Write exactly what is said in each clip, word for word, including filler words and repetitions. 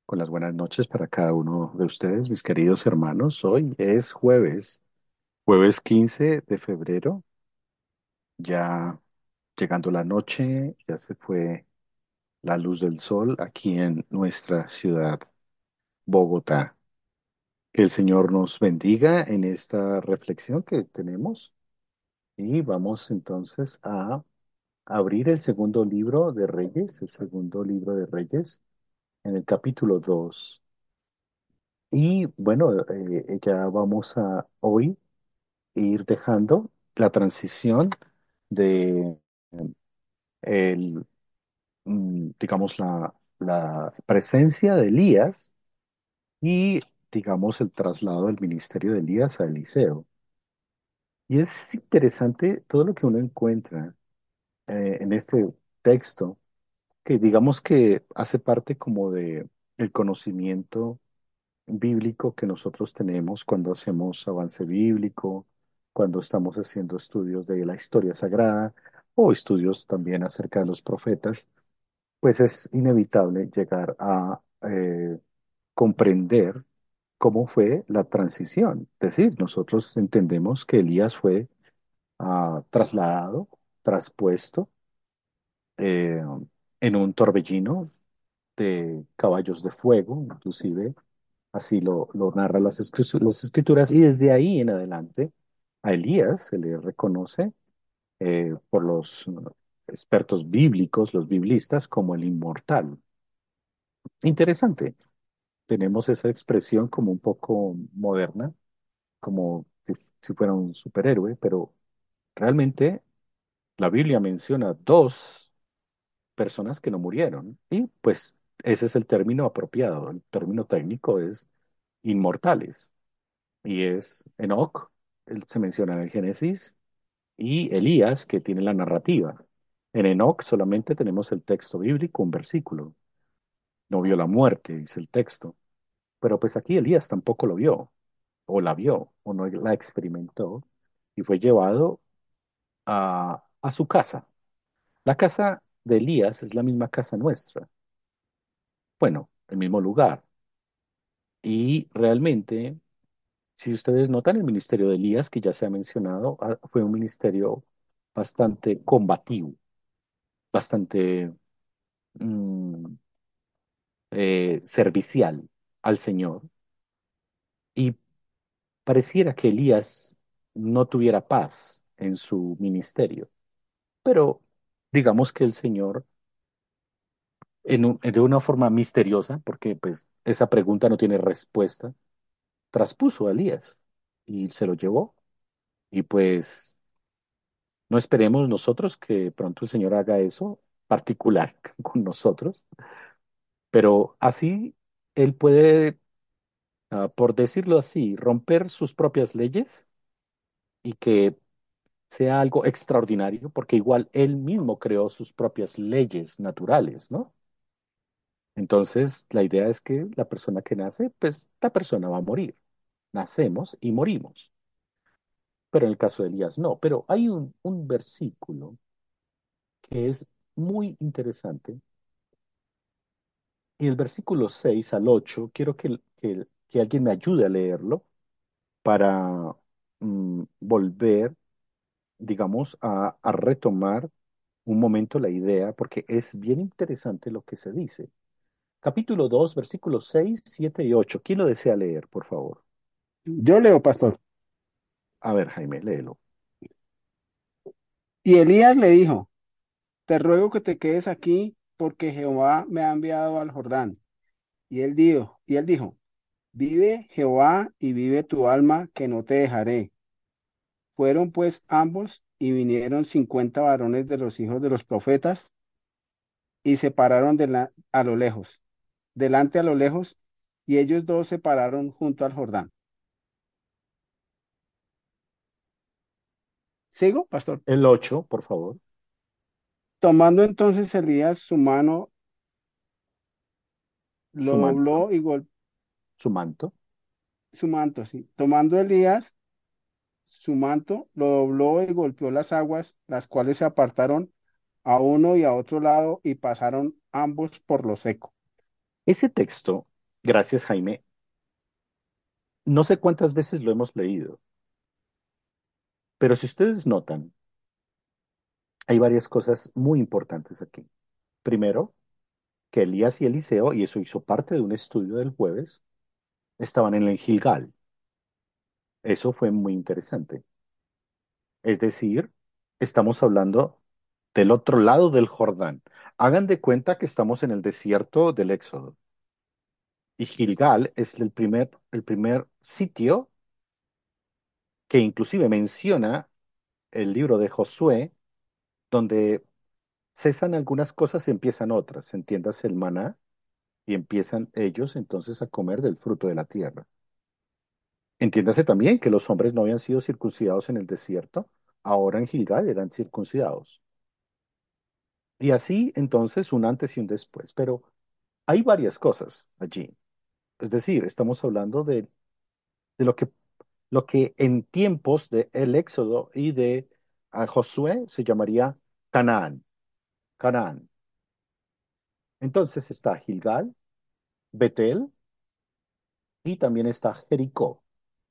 con las buenas noches para cada uno de ustedes, mis queridos hermanos. Hoy es jueves, jueves quince de febrero, ya llegando la noche, ya se fue la luz del sol aquí en nuestra ciudad, Bogotá. Que el Señor nos bendiga en esta reflexión que tenemos y vamos entonces a abrir el segundo libro de Reyes, el segundo libro de Reyes, en el capítulo dos. Y bueno, eh, ya vamos a hoy ir dejando la transición de el, mm, digamos, la, la presencia de Elías y, digamos, el traslado del ministerio de Elías a Eliseo. Y es interesante todo lo que uno encuentra eh, en este texto, que digamos que hace parte como de el conocimiento bíblico que nosotros tenemos cuando hacemos avance bíblico, cuando estamos haciendo estudios de la historia sagrada o estudios también acerca de los profetas, pues es inevitable llegar a eh, comprender cómo fue la transición. Es decir, nosotros entendemos que Elías fue ah, trasladado, traspuesto eh, en un torbellino de caballos de fuego, inclusive así lo, lo narran las, escri- las escrituras, y desde ahí en adelante a Elías se le reconoce eh, por los uh, expertos bíblicos, los biblistas, como el inmortal. Interesante, tenemos esa expresión como un poco moderna, como si, si fuera un superhéroe, pero realmente la Biblia menciona dos personas que no murieron, y pues ese es el término apropiado, el término técnico es inmortales. Y es Enoc, él se menciona en el Génesis, y Elías, que tiene la narrativa. En Enoc solamente tenemos el texto bíblico, un versículo. No vio la muerte, dice el texto. Pero pues aquí Elías tampoco lo vio, o la vio, o no la experimentó, y fue llevado a, a su casa. La casa de Elías es la misma casa nuestra. Bueno, el mismo lugar. Y realmente, si ustedes notan, el ministerio de Elías, que ya se ha mencionado, ah, fue un ministerio bastante combativo, bastante mm, eh, servicial al Señor. Y pareciera que Elías no tuviera paz en su ministerio. Pero digamos que el Señor, en un- de una forma misteriosa, porque pues esa pregunta no tiene respuesta, traspuso a Elías y se lo llevó. Y pues no esperemos nosotros que pronto el Señor haga eso particular con nosotros, pero así Él puede, ah, por decirlo así, romper sus propias leyes y que sea algo extraordinario, porque igual Él mismo creó sus propias leyes naturales, ¿no? Entonces, la idea es que la persona que nace, pues la persona va a morir. Nacemos y morimos. Pero en el caso de Elías no. Pero hay un, un versículo que es muy interesante. Y el versículo seis al ocho quiero que, que, que alguien me ayude a leerlo para mm, volver, digamos, a, a retomar un momento la idea, porque es bien interesante lo que se dice. Capítulo dos versículos seis siete y ocho. ¿Quién lo desea leer, por favor? Yo leo, pastor. A ver, Jaime, léelo. Y Elías le dijo, te ruego que te quedes aquí porque Jehová me ha enviado al Jordán. Y él dijo, y él dijo, vive Jehová y vive tu alma, que no te dejaré. Fueron pues ambos y vinieron cincuenta varones de los hijos de los profetas y se pararon de la- a lo lejos, delante a lo lejos, y ellos dos se pararon junto al Jordán. ¿Sigo, pastor? El ocho, por favor. Tomando entonces Elías su mano, lo Su manto. dobló y golpeó Su manto. su manto, sí. Tomando Elías su manto, lo dobló y golpeó las aguas, las cuales se apartaron a uno y a otro lado y pasaron ambos por lo seco. Ese texto. Gracias, Jaime. No sé cuántas veces lo hemos leído, pero si ustedes notan, hay varias cosas muy importantes aquí. Primero, que Elías y Eliseo, y eso hizo parte de un estudio del jueves, estaban en el Gilgal. Eso fue muy interesante. Es decir, estamos hablando del otro lado del Jordán. Hagan de cuenta que estamos en el desierto del Éxodo. Y Gilgal es el primer, el primer sitio que inclusive menciona el libro de Josué, donde cesan algunas cosas y empiezan otras. Entiendas el maná y empiezan ellos entonces a comer del fruto de la tierra. Entiéndase también que los hombres no habían sido circuncidados en el desierto, ahora en Gilgal eran circuncidados. Y así entonces un antes y un después. Pero hay varias cosas allí. Es decir, estamos hablando de, de lo que, lo que en tiempos de el Éxodo y de ah, Josué se llamaría Canaán. Canaán. Entonces está Gilgal, Betel y también está Jericó.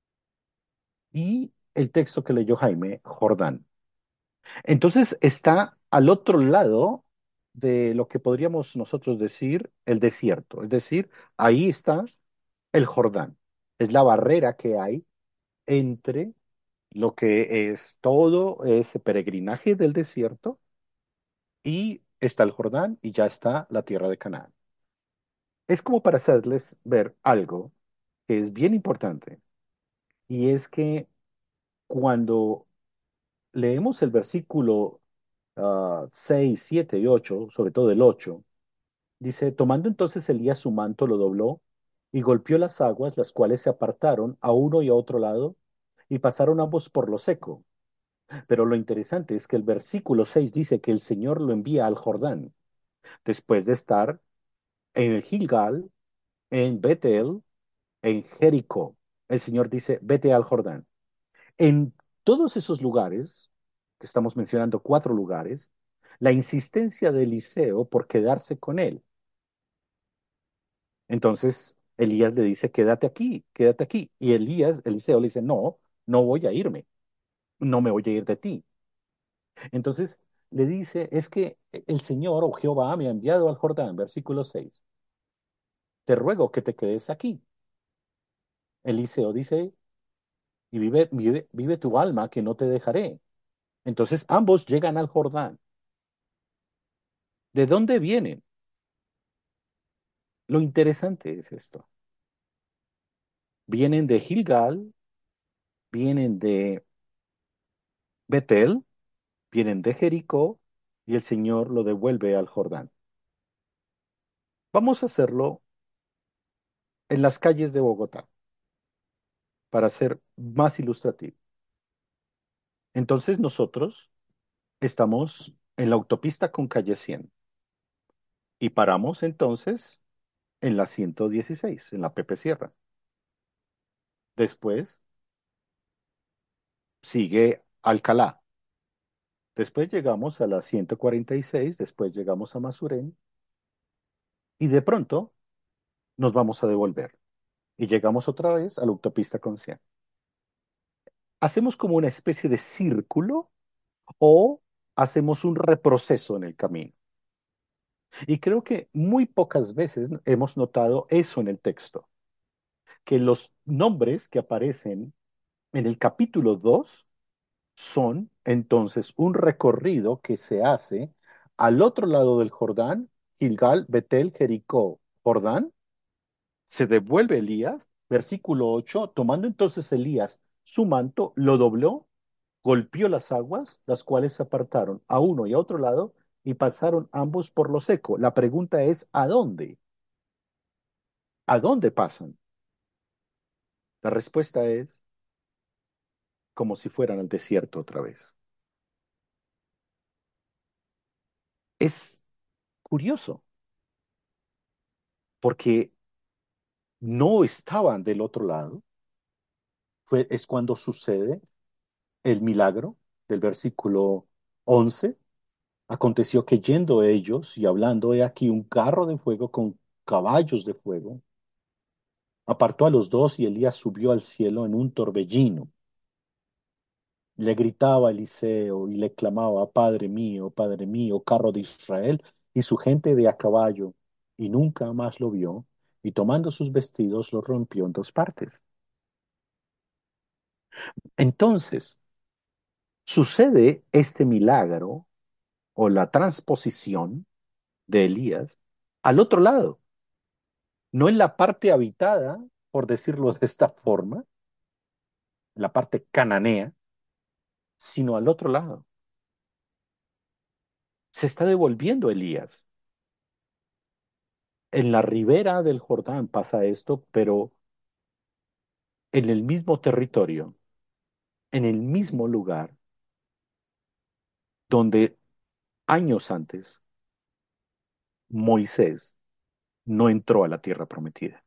Y el texto que leyó Jaime, Jordán. Entonces está al otro lado de lo que podríamos nosotros decir el desierto. Es decir, ahí está el Jordán. Es la barrera que hay entre lo que es todo ese peregrinaje del desierto y está el Jordán y ya está la tierra de Canaán. Es como para hacerles ver algo que es bien importante y es que cuando leemos el versículo ah, seis, siete y ocho, sobre todo el ocho, dice, tomando entonces Elías su manto, lo dobló y golpeó las aguas, las cuales se apartaron a uno y a otro lado, y pasaron ambos por lo seco. Pero lo interesante es que el versículo seis dice que el Señor lo envía al Jordán, después de estar en el Gilgal, en Betel, en Jericó. El Señor dice, vete al Jordán. En todos esos lugares, que estamos mencionando cuatro lugares, la insistencia de Eliseo por quedarse con él. Entonces Elías le dice, quédate aquí, quédate aquí. Y Elías, Eliseo le dice, no, no voy a irme, no me voy a ir de ti. Entonces le dice, es que el Señor o Jehová me ha enviado al Jordán, versículo seis. Te ruego que te quedes aquí. Eliseo dice, y vive, vive, vive tu alma que no te dejaré. Entonces ambos llegan al Jordán. ¿De dónde vienen? Lo interesante es esto. Vienen de Gilgal, vienen de Betel, vienen de Jericó y el Señor lo devuelve al Jordán. Vamos a hacerlo en las calles de Bogotá para ser más ilustrativo. Entonces nosotros estamos en la autopista con calle cien y paramos entonces en la ciento dieciséis, en la Pepe Sierra. Después sigue Alcalá. Después llegamos a la ciento cuarenta y seis, después llegamos a Masurén y de pronto nos vamos a devolver y llegamos otra vez a la autopista con cien. Hacemos como una especie de círculo o hacemos un reproceso en el camino. Y creo que muy pocas veces hemos notado eso en el texto, que los nombres que aparecen en el capítulo dos son entonces un recorrido que se hace al otro lado del Jordán, Gilgal, Betel, Jericó, Jordán, se devuelve Elías, versículo ocho, tomando entonces Elías su manto, lo dobló, golpeó las aguas, las cuales se apartaron a uno y a otro lado y pasaron ambos por lo seco. La pregunta es, ¿a dónde? ¿A dónde pasan? La respuesta es como si fueran al desierto otra vez. Es curioso porque no estaban del otro lado. Fue, es cuando sucede el milagro del versículo once. Aconteció que yendo ellos y hablando, he aquí un carro de fuego con caballos de fuego Apartó a los dos y Elías subió al cielo en un torbellino. Le gritaba a Eliseo y le clamaba, Padre mío, Padre mío, carro de Israel y su gente de a caballo. Y nunca más lo vio, y tomando sus vestidos los rompió en dos partes. Entonces, sucede este milagro o la transposición de Elías al otro lado, no en la parte habitada, por decirlo de esta forma, la parte cananea, sino al otro lado. Se está devolviendo Elías. En la ribera del Jordán pasa esto, pero en el mismo territorio, en el mismo lugar donde años antes Moisés no entró a la tierra prometida.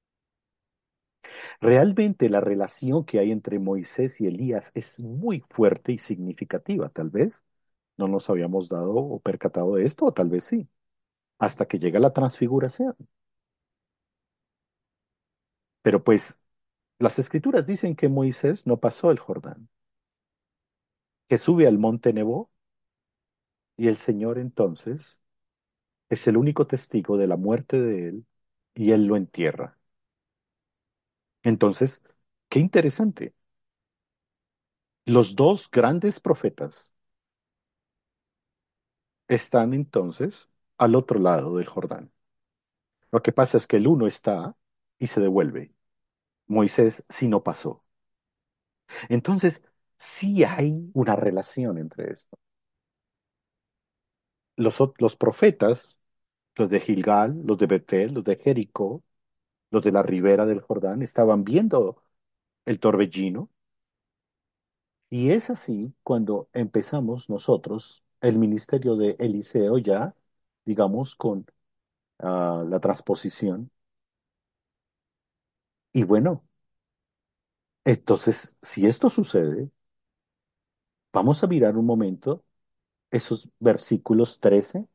Realmente la relación que hay entre Moisés y Elías es muy fuerte y significativa. Tal vez no nos habíamos dado o percatado de esto, o tal vez sí, hasta que llega la transfiguración. Pero pues las escrituras dicen que Moisés no pasó el Jordán, que sube al monte Nebo y el Señor entonces es el único testigo de la muerte de él y él lo entierra. Entonces, qué interesante. Los dos grandes profetas están entonces al otro lado del Jordán. Lo que pasa es que el uno está y se devuelve. Moisés sí no pasó. Entonces, sí hay una relación entre esto. Los, ot- los profetas, los de Gilgal, los de Betel, los de Jericó, los de la ribera del Jordán, estaban viendo el torbellino. Y es así cuando empezamos nosotros el ministerio de Eliseo ya, digamos, con ah, la transposición. Y bueno, entonces, si esto sucede, vamos a mirar un momento esos versículos trece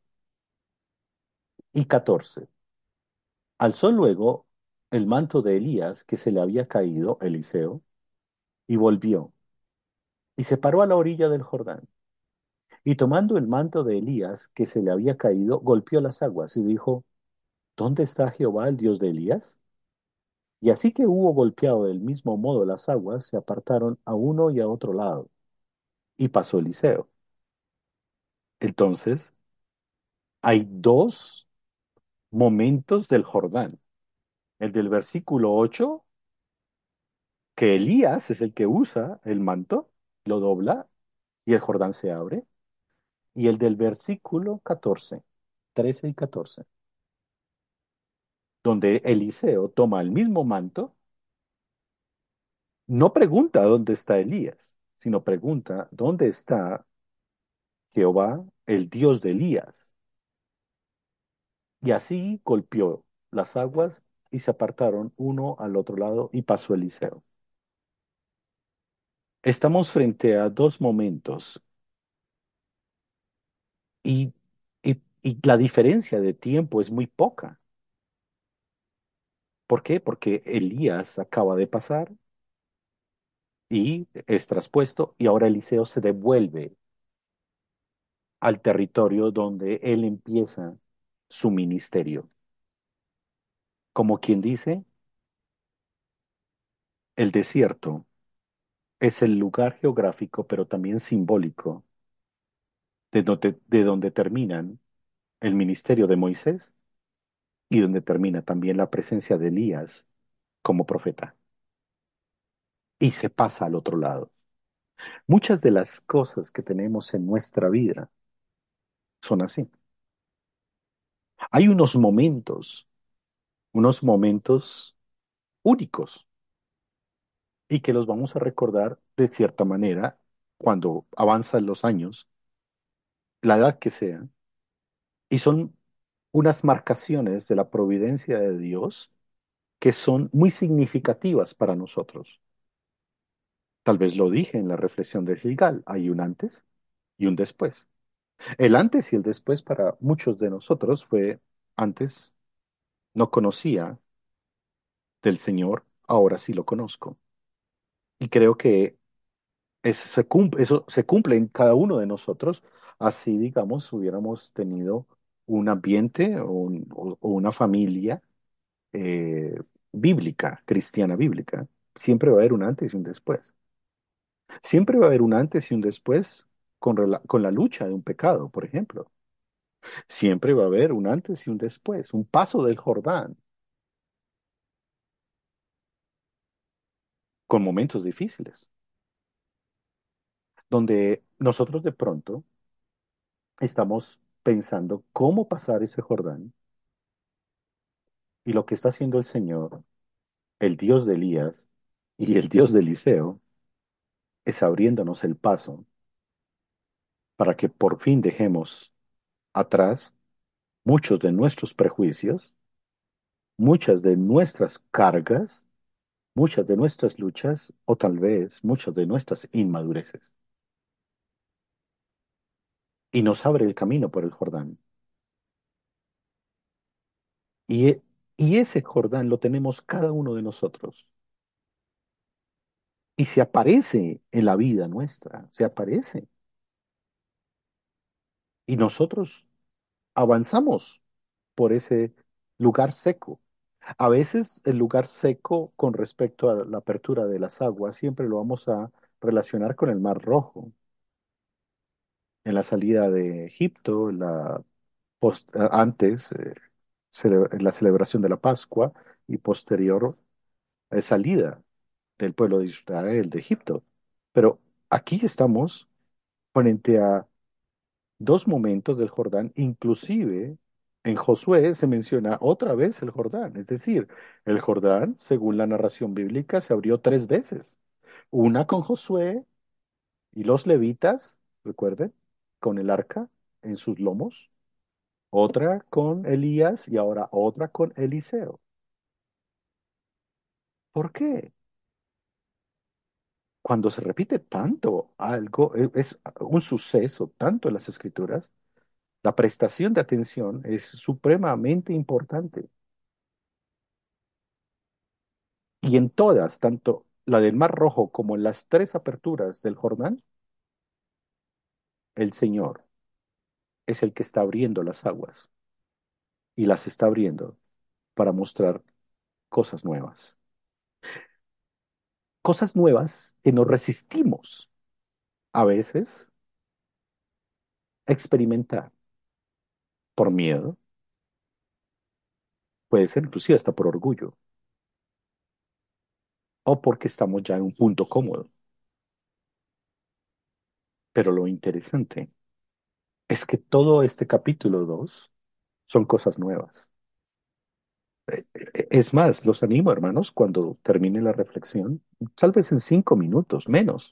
y catorce. Alzó luego el manto de Elías que se le había caído, Eliseo, y volvió, y se paró a la orilla del Jordán. Y tomando el manto de Elías que se le había caído, golpeó las aguas y dijo, ¿dónde está Jehová, el Dios de Elías? Y así que hubo golpeado del mismo modo las aguas, se apartaron a uno y a otro lado, y pasó Eliseo. Entonces, hay dos momentos del Jordán. El del versículo ocho, que Elías es el que usa el manto, lo dobla y el Jordán se abre. Y el del versículo catorce, trece y catorce, donde Eliseo toma el mismo manto, no pregunta dónde está Elías, sino pregunta dónde está Jehová, el Dios de Elías. Y así golpeó las aguas y se apartaron uno al otro lado y pasó Eliseo. Estamos frente a dos momentos y, y, y la diferencia de tiempo es muy poca. ¿Por qué? Porque Elías acaba de pasar y es traspuesto y ahora Eliseo se devuelve al territorio donde él empieza su ministerio. Como quien dice, el desierto es el lugar geográfico, pero también simbólico, de donde, de donde terminan el ministerio de Moisés y donde termina también la presencia de Elías como profeta. Y se pasa al otro lado. Muchas de las cosas que tenemos en nuestra vida son así. Hay unos momentos, unos momentos únicos y que los vamos a recordar de cierta manera cuando avanzan los años, la edad que sea, y son unas marcaciones de la providencia de Dios que son muy significativas para nosotros. Tal vez lo dije en la reflexión de Gilgal, hay un antes y un después. El antes y el después para muchos de nosotros fue antes no conocía del Señor, ahora sí lo conozco. Y creo que es- se cumple, eso se cumple en cada uno de nosotros. Así, digamos, hubiéramos tenido un ambiente o, un- o- o una familia eh, bíblica, cristiana bíblica. Siempre va a haber un antes y un después. Siempre va a haber un antes y un después con, rela- con la lucha de un pecado, por ejemplo. Siempre va a haber un antes y un después, un paso del Jordán, con momentos difíciles, donde nosotros de pronto estamos pensando cómo pasar ese Jordán y lo que está haciendo el Señor, el Dios de Elías y el Dios de Eliseo, es abriéndonos el paso para que por fin dejemos atrás muchos de nuestros prejuicios, muchas de nuestras cargas, muchas de nuestras luchas o tal vez muchas de nuestras inmadureces. Y nos abre el camino por el Jordán. Y, e- y ese Jordán lo tenemos cada uno de nosotros. Y se aparece en la vida nuestra, se aparece. Y nosotros avanzamos por ese lugar seco. A veces el lugar seco con respecto a la apertura de las aguas siempre lo vamos a relacionar con el Mar Rojo. En la salida de Egipto, la post- antes, eh, cele- en la celebración de la Pascua y posterior eh, salida del pueblo de Israel de Egipto. Pero aquí estamos frente a dos momentos del Jordán, inclusive en Josué se menciona otra vez el Jordán, es decir, el Jordán, según la narración bíblica, se abrió tres veces, una con Josué y los levitas, recuerden, con el arca en sus lomos, otra con Elías y ahora otra con Eliseo. ¿Por qué? Cuando se repite tanto algo, e- es un suceso tanto en las escrituras, la prestación de atención es supremamente importante. Y en todas, tanto la del Mar Rojo como en las tres aperturas del Jordán, el Señor es el que está abriendo las aguas y las está abriendo para mostrar cosas nuevas. Cosas nuevas que nos resistimos a veces a experimentar por miedo, puede ser inclusive hasta por orgullo o porque estamos ya en un punto cómodo. Pero lo interesante es que todo este capítulo dos son cosas nuevas. Eh, eh, Es más, los animo, hermanos, cuando termine la reflexión, tal vez en cinco minutos, menos,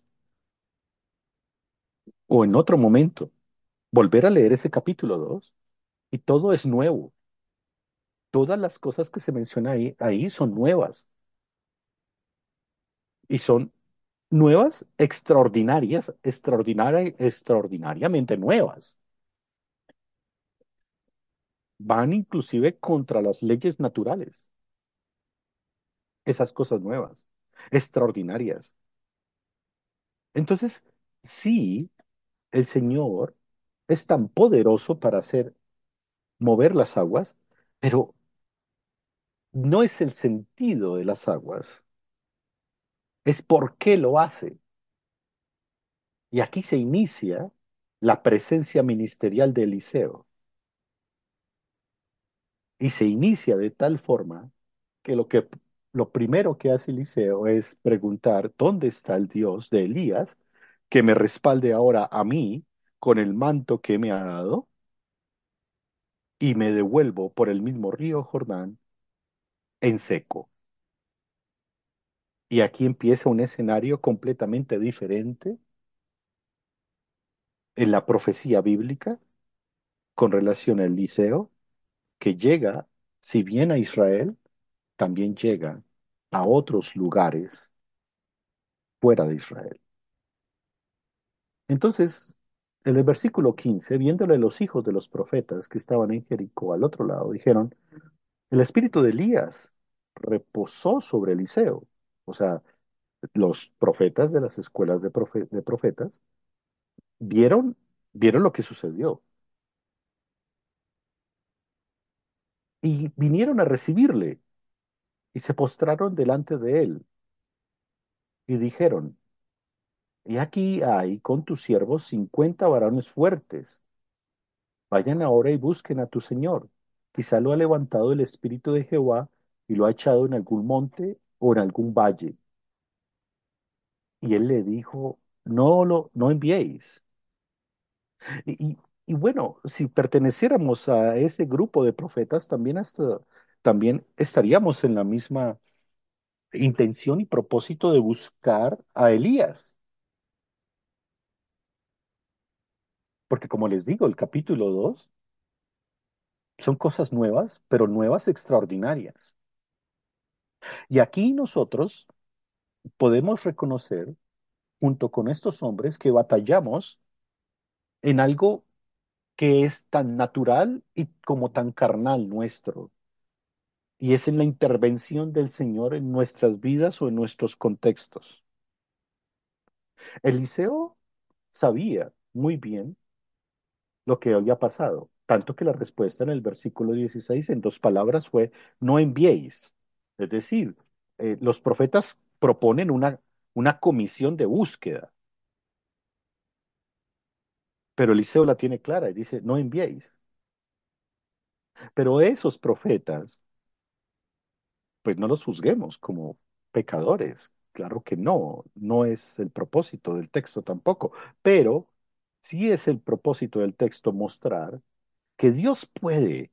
o en otro momento, volver a leer ese capítulo dos y todo es nuevo. Todas las cosas que se mencionan ahí, ahí son nuevas y son nuevas, extraordinarias, extraordinaria, extraordinariamente nuevas. Van inclusive contra las leyes naturales, esas cosas nuevas, extraordinarias. Entonces, sí, el Señor es tan poderoso para hacer mover las aguas, pero no es el sentido de las aguas, es por qué lo hace. Y aquí se inicia la presencia ministerial de Eliseo. Y se inicia de tal forma que lo que lo primero que hace Eliseo es preguntar, ¿dónde está el Dios de Elías que me respalde ahora a mí con el manto que me ha dado? Y me devuelvo por el mismo río Jordán en seco. Y aquí empieza un escenario completamente diferente en la profecía bíblica con relación a Eliseo, que llega, si bien a Israel, también llega a otros lugares fuera de Israel. Entonces, en el versículo quince, viéndole los hijos de los profetas que estaban en Jericó al otro lado, dijeron, el espíritu de Elías reposó sobre Eliseo. O sea, los profetas de las escuelas de, profe- de profetas vieron, vieron lo que sucedió y vinieron a recibirle y se postraron delante de él y dijeron, y aquí hay con tus siervos cincuenta varones fuertes. Vayan ahora y busquen a tu señor. Quizá lo ha levantado el espíritu de Jehová y lo ha echado en algún monte o en algún valle. Y él le dijo, no lo, no enviéis. Y, y- y bueno, si perteneciéramos a ese grupo de profetas, también hasta, también estaríamos en la misma intención y propósito de buscar a Elías. Porque como les digo, el capítulo dos son cosas nuevas, pero nuevas extraordinarias. Y aquí nosotros podemos reconocer, junto con estos hombres, que batallamos en algo que es tan natural y como tan carnal nuestro, y es en la intervención del Señor en nuestras vidas o en nuestros contextos. Eliseo sabía muy bien lo que había pasado, tanto que la respuesta en el versículo dieciséis en dos palabras fue, no enviéis. Es decir, eh, los profetas proponen una, una comisión de búsqueda, pero Eliseo la tiene clara y dice, no enviéis. Pero esos profetas, pues no los juzguemos como pecadores. Claro que no, no es el propósito del texto tampoco, pero sí es el propósito del texto mostrar que Dios puede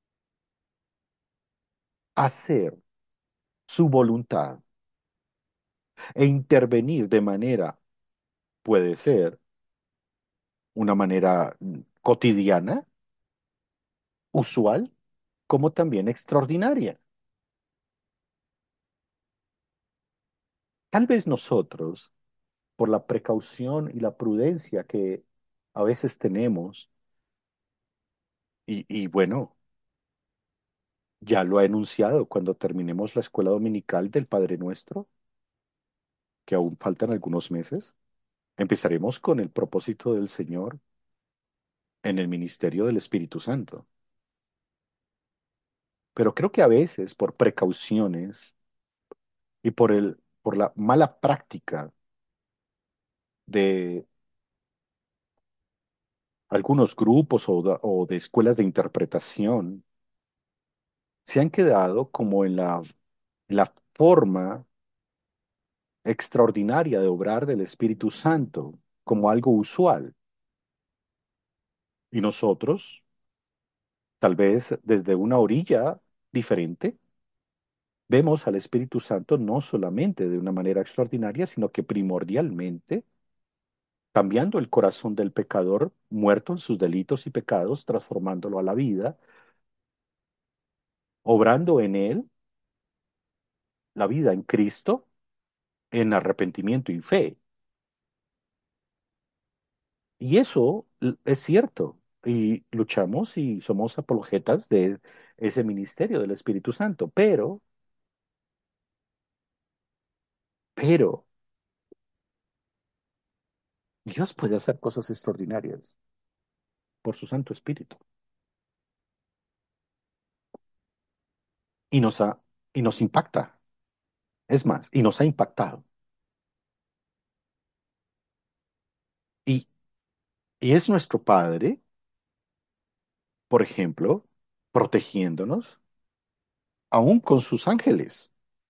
hacer su voluntad e intervenir de manera, puede ser, una manera mm, cotidiana, usual, como también extraordinaria. Tal vez nosotros, por la precaución y la prudencia que a veces tenemos, y, y bueno, ya lo ha enunciado cuando terminemos la escuela dominical del Padre Nuestro, que aún faltan algunos meses, empezaremos con el propósito del Señor en el ministerio del Espíritu Santo. Pero creo que a veces, por precauciones y por el, por la mala práctica de algunos grupos o de, o de escuelas de interpretación, se han quedado como en la, en la forma extraordinaria de obrar del Espíritu Santo, como algo usual. Y nosotros, tal vez desde una orilla diferente, vemos al Espíritu Santo no solamente de una manera extraordinaria, sino que primordialmente cambiando el corazón del pecador muerto en sus delitos y pecados, transformándolo a la vida, obrando en él la vida en Cristo, en arrepentimiento y fe. Y eso l- es cierto. Y luchamos y somos apologetas de ese ministerio del Espíritu Santo. Pero, pero, Dios puede hacer cosas extraordinarias por su Santo Espíritu. Y nos ha, y nos impacta. Es más, y nos ha impactado. Y, y es nuestro Padre, por ejemplo, protegiéndonos, aún con sus ángeles.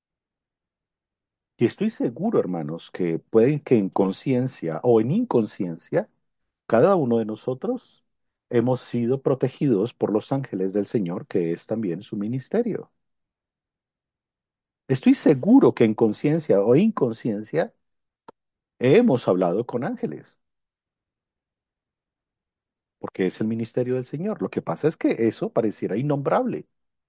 Y estoy seguro, hermanos, que pueden que en conciencia o en inconsciencia, cada uno de nosotros hemos sido protegidos por los ángeles del Señor, que es también su ministerio. Estoy seguro que en conciencia o inconsciencia hemos hablado con ángeles, porque es el ministerio del Señor. Lo que pasa es que eso pareciera innombrable.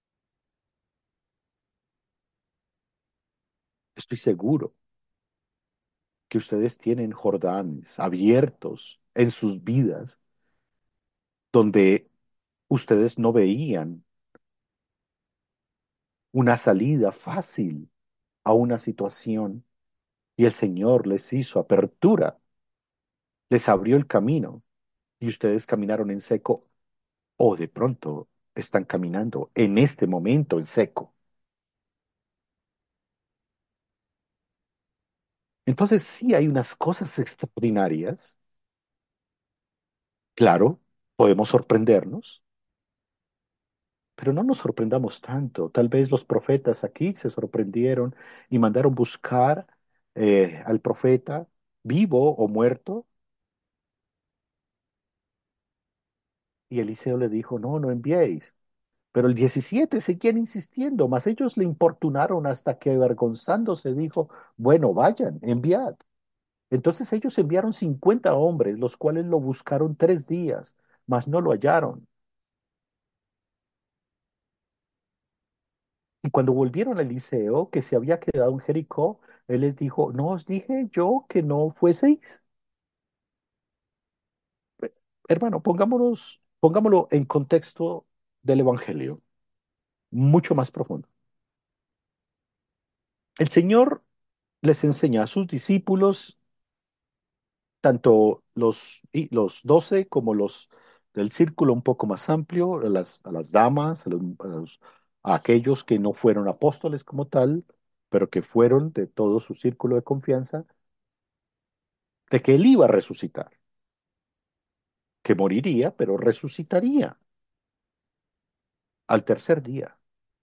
Estoy seguro que ustedes tienen Jordanes abiertos en sus vidas donde ustedes no veían una salida fácil a una situación y el Señor les hizo apertura, les abrió el camino y ustedes caminaron en seco o de pronto están caminando en este momento en seco. Entonces sí hay unas cosas extraordinarias, claro, podemos sorprendernos, pero no nos sorprendamos tanto. Tal vez los profetas aquí se sorprendieron y mandaron buscar eh, al profeta vivo o muerto, y Eliseo le dijo, no, no enviéis. Pero el diecisiete seguían insistiendo, mas ellos le importunaron hasta que avergonzándose dijo, bueno, vayan, enviad. Entonces ellos enviaron cincuenta hombres, los cuales lo buscaron tres días, mas no lo hallaron. Y cuando volvieron a Eliseo, que se había quedado en Jericó, él les dijo, ¿no os dije yo que no fueseis? Hermano, pongámonos, pongámoslo en contexto del Evangelio, mucho más profundo. El Señor les enseña a sus discípulos, tanto los, y los doce como los del círculo un poco más amplio, a las, a las damas, a, los- a los- a aquellos que no fueron apóstoles como tal, pero que fueron de todo su círculo de confianza, de que Él iba a resucitar, que moriría, pero resucitaría al tercer día.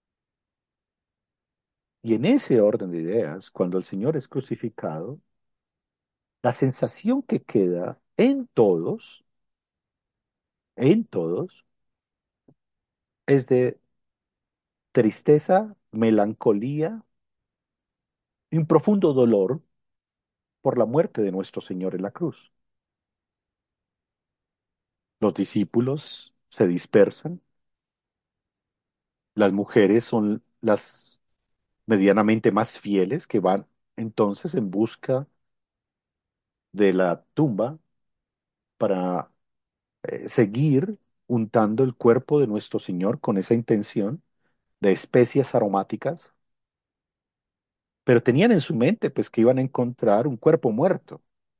Y en ese orden de ideas, cuando el Señor es crucificado, la sensación que queda en todos, en todos, es de tristeza, melancolía y un profundo dolor por la muerte de nuestro Señor en la cruz. Los discípulos se dispersan, las mujeres son las medianamente más fieles que van entonces en busca de la tumba para eh, seguir untando el cuerpo de nuestro Señor con esa intención de especias aromáticas, pero tenían en su mente pues que iban a encontrar un cuerpo muerto.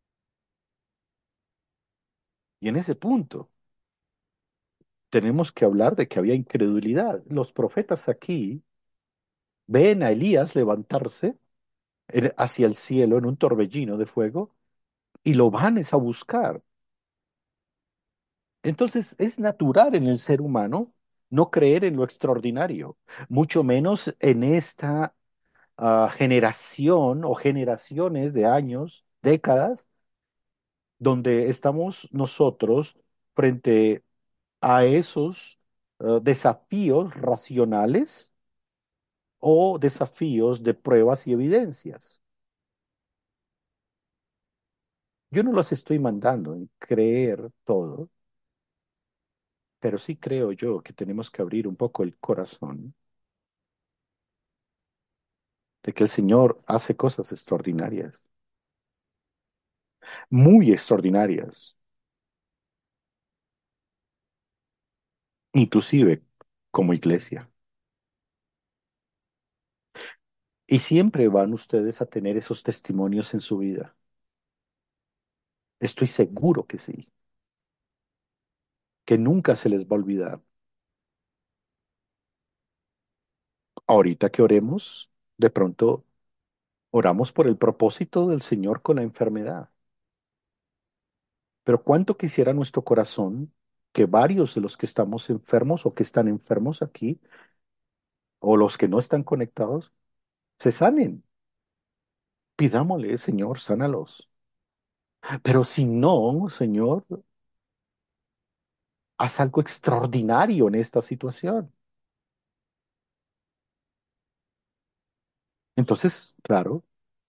Y en ese punto tenemos que hablar de que había incredulidad. Los profetas aquí ven a Elías levantarse en- hacia el cielo en un torbellino de fuego y lo van es a buscar. Entonces es natural en el ser humano no creer en lo extraordinario, mucho menos en esta ah, generación o generaciones de años, décadas, donde estamos nosotros frente a esos ah, desafíos racionales o desafíos de pruebas y evidencias. Yo no los estoy mandando en creer todo, pero sí creo yo que tenemos que abrir un poco el corazón de que el Señor hace cosas extraordinarias, muy extraordinarias, inclusive como iglesia. Y siempre van ustedes a tener esos testimonios en su vida. Estoy seguro que sí, que nunca se les va a olvidar. Ahorita que oremos, de pronto oramos por el propósito del Señor con la enfermedad. Pero cuánto quisiera nuestro corazón que varios de los que estamos enfermos o que están enfermos aquí, o los que no están conectados, se sanen. Pidámosle, Señor, sánalos. Pero si no, Señor, haz algo extraordinario en esta situación. Entonces, claro,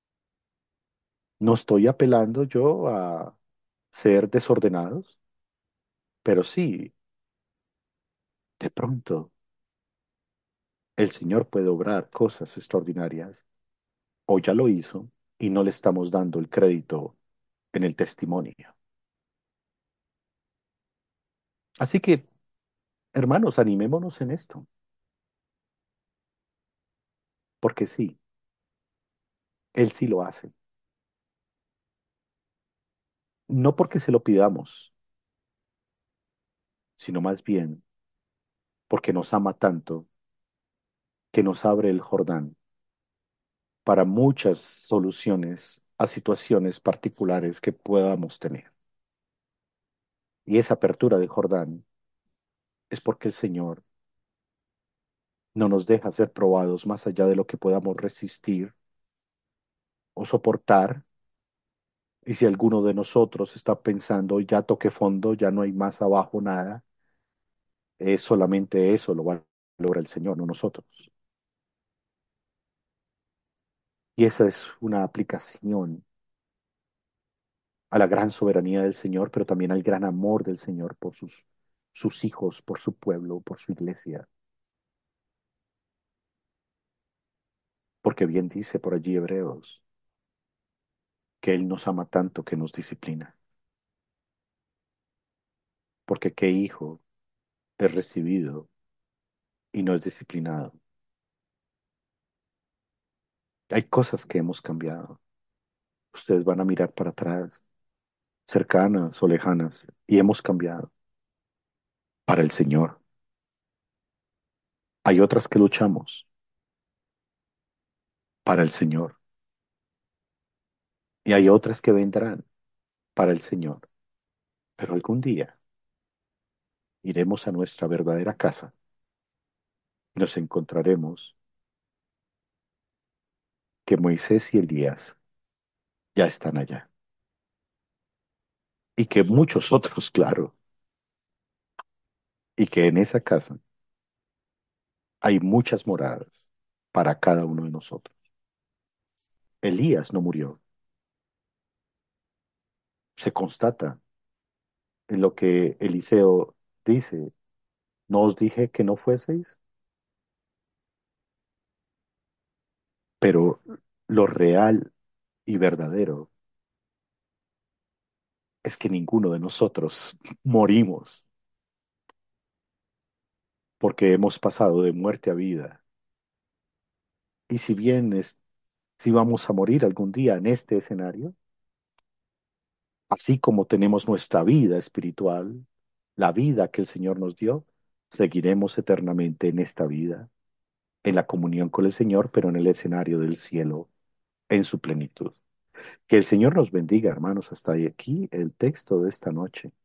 no estoy apelando yo a ser desordenados, pero sí, de pronto el Señor puede obrar cosas extraordinarias, o ya lo hizo, y no le estamos dando el crédito en el testimonio. Así que, hermanos, animémonos en esto. porque sí, Él sí lo hace. No porque se lo pidamos, sino más bien porque nos ama tanto que nos abre el Jordán para muchas soluciones a situaciones particulares que podamos tener. Y esa apertura de Jordán es porque el Señor no nos deja ser probados más allá de lo que podamos resistir o soportar. Y si alguno de nosotros está pensando, ya toqué fondo, ya no hay más abajo nada, es solamente eso lo valora el Señor, no nosotros. Y esa es una aplicación a la gran soberanía del Señor, pero también al gran amor del Señor por sus, sus hijos, por su pueblo, por su iglesia. Porque bien dice por allí Hebreos, que Él nos ama tanto que nos disciplina. Porque qué hijo es recibido y no es disciplinado. Hay cosas que hemos cambiado. Ustedes van a mirar para atrás, cercanas o lejanas, y hemos cambiado para el Señor. Hay otras que luchamos para el Señor y hay otras que vendrán para el Señor. Pero algún día iremos a nuestra verdadera casa y nos encontraremos que Moisés y Elías ya están allá y que muchos otros, claro, y que en esa casa hay muchas moradas para cada uno de nosotros. Elías no murió, se constata en lo que Eliseo dice, ¿no os dije que no fueseis? Pero lo real y verdadero es que ninguno de nosotros morimos porque hemos pasado de muerte a vida. Y si bien es, si vamos a morir algún día en este escenario, así como tenemos nuestra vida espiritual, la vida que el Señor nos dio, seguiremos eternamente en esta vida, en la comunión con el Señor, pero en el escenario del cielo, en su plenitud. Que el Señor nos bendiga, hermanos, hasta aquí el texto de esta noche.